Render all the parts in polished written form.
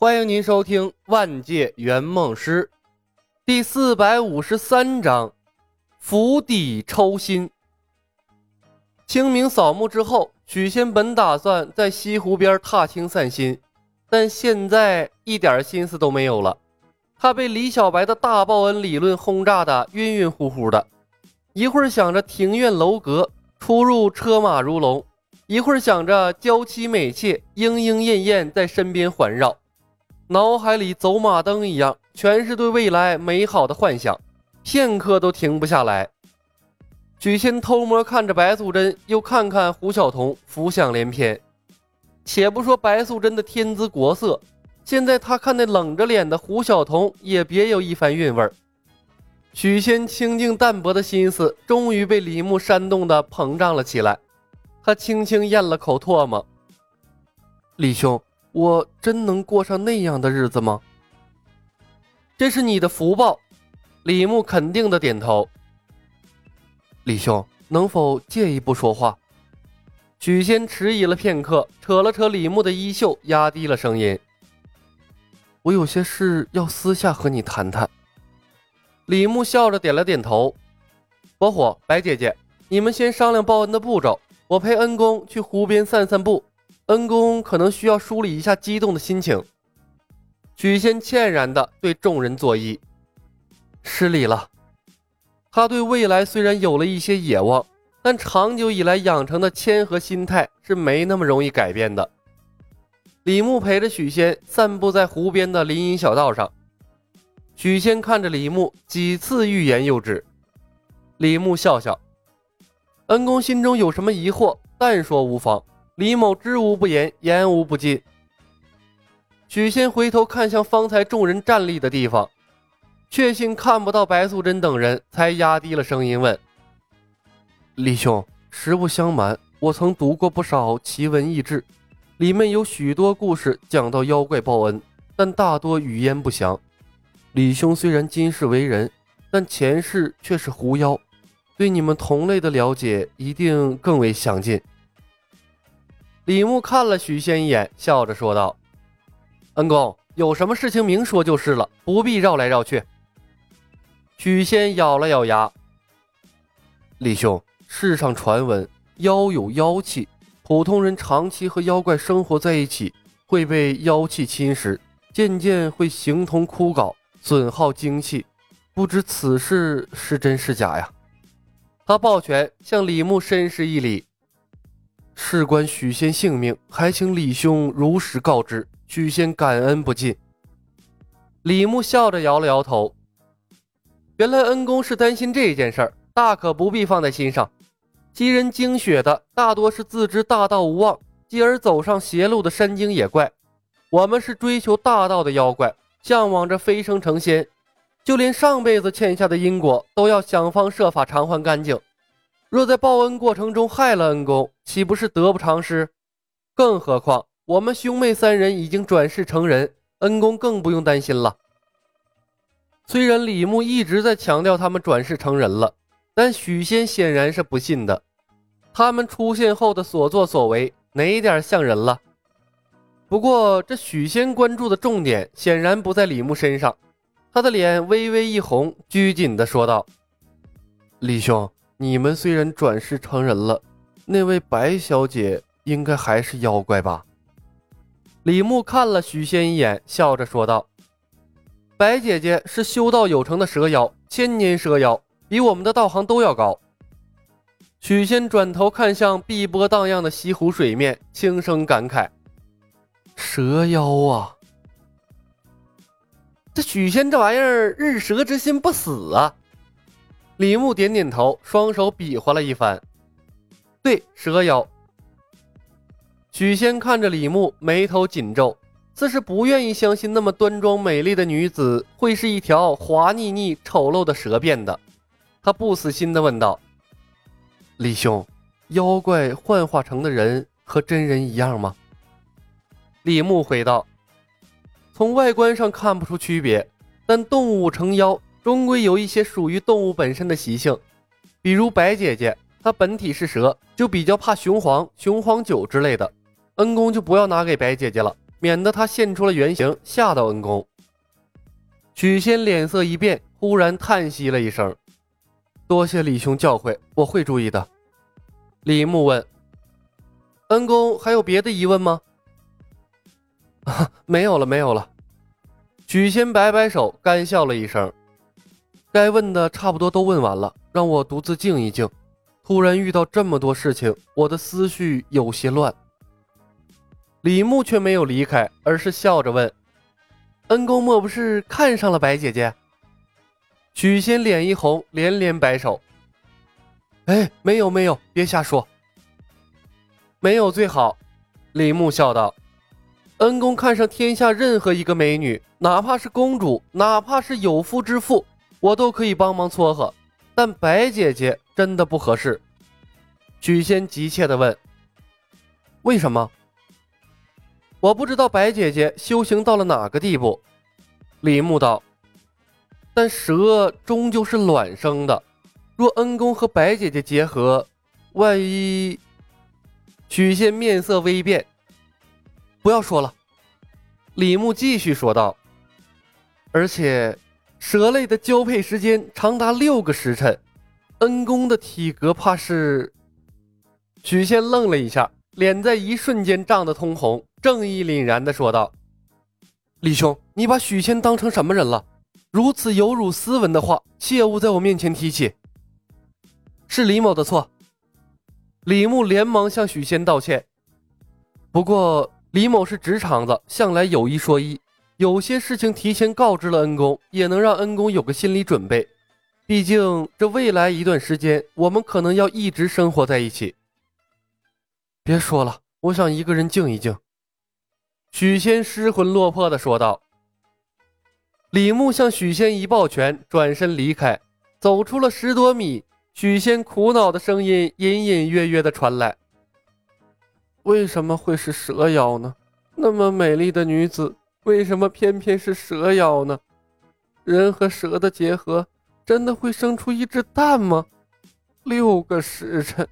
欢迎您收听《万界圆梦师》第453章釜底抽薪。清明扫墓之后，许仙本打算在西湖边踏青散心，但现在一点心思都没有了。他被李小白的大报恩理论轰炸得晕晕乎乎的，一会儿想着庭院楼阁，出入车马如龙，一会儿想着娇妻美妾莺莺燕燕在身边环绕，脑海里走马灯一样，全是对未来美好的幻想，片刻都停不下来。许仙偷摸看着白素贞，又看看胡晓彤，浮想联翩。且不说白素贞的天姿国色，现在他看那冷着脸的胡晓彤也别有一番韵味儿。许仙清静淡泊的心思终于被李牧煽动的膨胀了起来，他轻轻咽了口唾沫。李兄，我真能过上那样的日子吗？这是你的福报。李牧肯定的点头。李兄，能否借一步说话？许仙迟疑了片刻，扯了扯李牧的衣袖，压低了声音。我有些事要私下和你谈谈。李牧笑着点了点头。伯虎、白姐姐，你们先商量报恩的步骤，我陪恩公去湖边散散步，恩公可能需要梳理一下激动的心情。许仙歉然地对众人作揖。失礼了。他对未来虽然有了一些野望，但长久以来养成的谦和心态是没那么容易改变的。李牧陪着许仙散步在湖边的林荫小道上，许仙看着李牧，几次欲言又止。李牧笑笑，恩公心中有什么疑惑，但说无妨，李某知无不言，言无不尽。许仙回头看向方才众人站立的地方，确信看不到白素贞等人，才压低了声音问：李兄，实不相瞒，我曾读过不少奇闻异志，里面有许多故事讲到妖怪报恩，但大多语焉不详。李兄虽然今世为人，但前世却是狐妖，对你们同类的了解一定更为详尽。李牧看了许仙一眼，笑着说道：恩公，有什么事情明说就是了，不必绕来绕去。许仙咬了咬牙。李兄，世上传闻妖有妖气，普通人长期和妖怪生活在一起，会被妖气侵蚀，渐渐会形同枯槁，损耗精气，不知此事是真是假呀。他抱拳向李牧深施一礼。事关许仙性命，还请李兄如实告知，许仙感恩不尽。李牧笑着摇了摇头。原来恩公是担心这件事儿，大可不必放在心上。欺人精血的大多是自知大道无望，继而走上邪路的山精野怪，我们是追求大道的妖怪，向往着飞升成仙，就连上辈子欠下的因果都要想方设法偿还干净。若在报恩过程中害了恩公，岂不是得不偿失？更何况我们兄妹三人已经转世成人，恩公更不用担心了。虽然李牧一直在强调他们转世成人了，但许仙显然是不信的。他们出现后的所作所为，哪一点像人了？不过这许仙关注的重点显然不在李牧身上，他的脸微微一红，拘谨地说道：李兄，你们虽然转世成人了，那位白小姐应该还是妖怪吧？李牧看了许仙一眼，笑着说道：白姐姐是修道有成的蛇妖，千年蛇妖，比我们的道行都要高。许仙转头看向碧波荡漾的西湖水面，轻声感慨：蛇妖啊！这许仙这玩意儿日蛇之心不死啊！李牧点点头，双手比划了一番：对，蛇妖。许仙看着李牧，眉头紧皱，似是不愿意相信那么端庄美丽的女子会是一条滑腻腻丑陋的蛇变的。他不死心地问道：李兄，妖怪幻化成的人和真人一样吗？李牧回道：从外观上看不出区别，但动物成妖终归有一些属于动物本身的习性，比如白姐姐她本体是蛇，就比较怕雄黄酒之类的，恩公就不要拿给白姐姐了， 免得他现出了原形吓到恩公。许仙脸色一变，忽然叹息了一声：“多谢李兄教诲，我会注意的。”李牧问：“恩公还有别的疑问吗？”“没有了，没有了。”许仙摆摆手，干笑了一声：“该问的差不多都问完了，让我独自静一静。突然遇到这么多事情，我的思绪有些乱。”李牧却没有离开，而是笑着问：“恩公莫不是看上了白姐姐？”许仙脸一红，连连摆手：“哎，没有没有，别瞎说。”“没有最好。”李牧笑道：“恩公看上天下任何一个美女，哪怕是公主，哪怕是有夫之妇，我都可以帮忙撮合，但白姐姐真的不合适。”许仙急切地问：“为什么？”“我不知道白姐姐修行到了哪个地步。”李牧道：“但蛇终究是卵生的，若恩公和白姐姐结合，万一……”许仙面色微变：“不要说了。”李牧继续说道：“而且蛇类的交配时间长达6个时辰，恩公的体格怕是……”许仙愣了一下，脸在一瞬间涨得通红，正义凛然地说道：“李兄，你把许仙当成什么人了？如此有辱斯文的话，切勿在我面前提起。”“是李某的错。”李牧连忙向许仙道歉。不过李某是直肠子，向来有一说一，有些事情提前告知了恩公，也能让恩公有个心理准备。毕竟这未来一段时间，我们可能要一直生活在一起。”“别说了，我想一个人静一静。”许仙失魂落魄地说道。李牧向许仙一抱拳，转身离开。走出了10多米，许仙苦恼的声音隐隐约约地传来：“为什么会是蛇妖呢？那么美丽的女子，为什么偏偏是蛇妖呢？人和蛇的结合，真的会生出一只蛋吗？6个时辰。”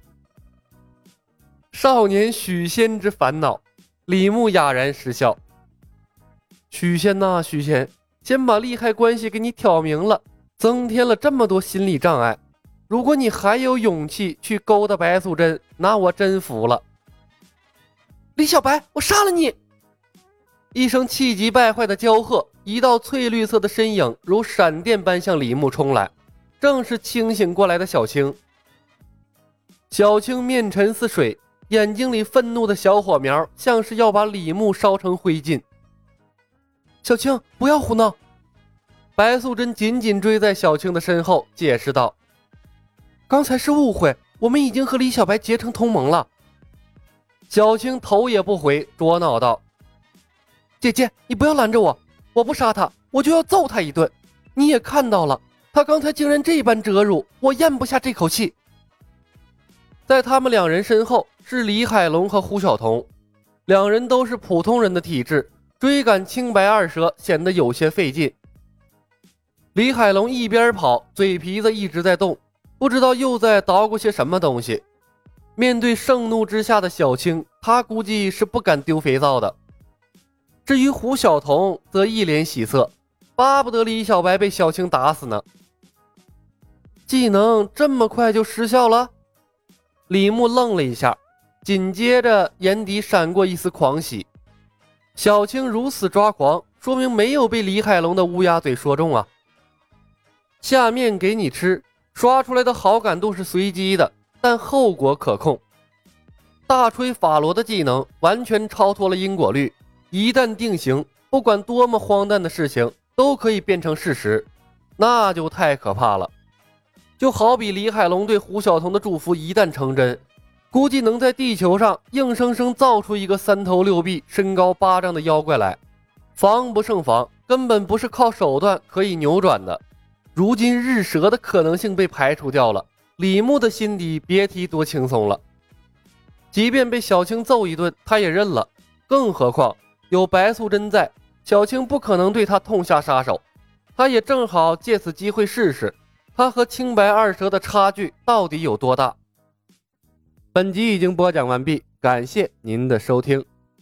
少年许仙之烦恼。李牧哑然失笑：“许仙呐，许仙，先把利害关系给你挑明了，增添了这么多心理障碍。如果你还有勇气去勾搭白素贞，那我真服了。”“李小白，我杀了你！”一声气急败坏的娇喝，一道翠绿色的身影如闪电般向李牧冲来，正是清醒过来的小青。小青面沉似水，眼睛里愤怒的小火苗像是要把李牧烧成灰烬。“小青，不要胡闹！”白素贞紧紧追在小青的身后，解释道：“刚才是误会，我们已经和李小白结成同盟了。”小青头也不回，捉恼道：“姐姐，你不要拦着我，我不杀他，我就要揍他一顿。你也看到了，他刚才竟然这般折辱，我咽不下这口气。”在他们2人身后是李海龙和胡晓彤，2人都是普通人的体质，追赶青白二蛇显得有些费劲。李海龙一边跑，嘴皮子一直在动，不知道又在捣鼓些什么东西。面对盛怒之下的小青，他估计是不敢丢肥皂的。至于胡晓彤则一脸喜色，巴不得李小白被小青打死呢。技能这么快就失效了？李牧愣了一下，紧接着眼底闪过一丝狂喜。小青如此抓狂，说明没有被李海龙的乌鸦嘴说中啊。下面给你吃，刷出来的好感度是随机的，但后果可控。大锤法罗的技能完全超脱了因果律，一旦定型，不管多么荒诞的事情都可以变成事实，那就太可怕了。就好比李海龙对胡晓彤的祝福一旦成真，估计能在地球上硬生生造出一个3头6臂、身高8丈的妖怪来，防不胜防，根本不是靠手段可以扭转的。如今日蛇的可能性被排除掉了，李牧的心底别提多轻松了。即便被小青揍一顿，他也认了，更何况有白素贞在，小青不可能对他痛下杀手。他也正好借此机会试试他和青白二蛇的差距到底有多大。本集已经播讲完毕，感谢您的收听。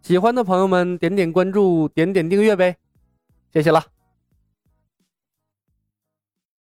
喜欢的朋友们点点关注，点点订阅呗，谢谢了。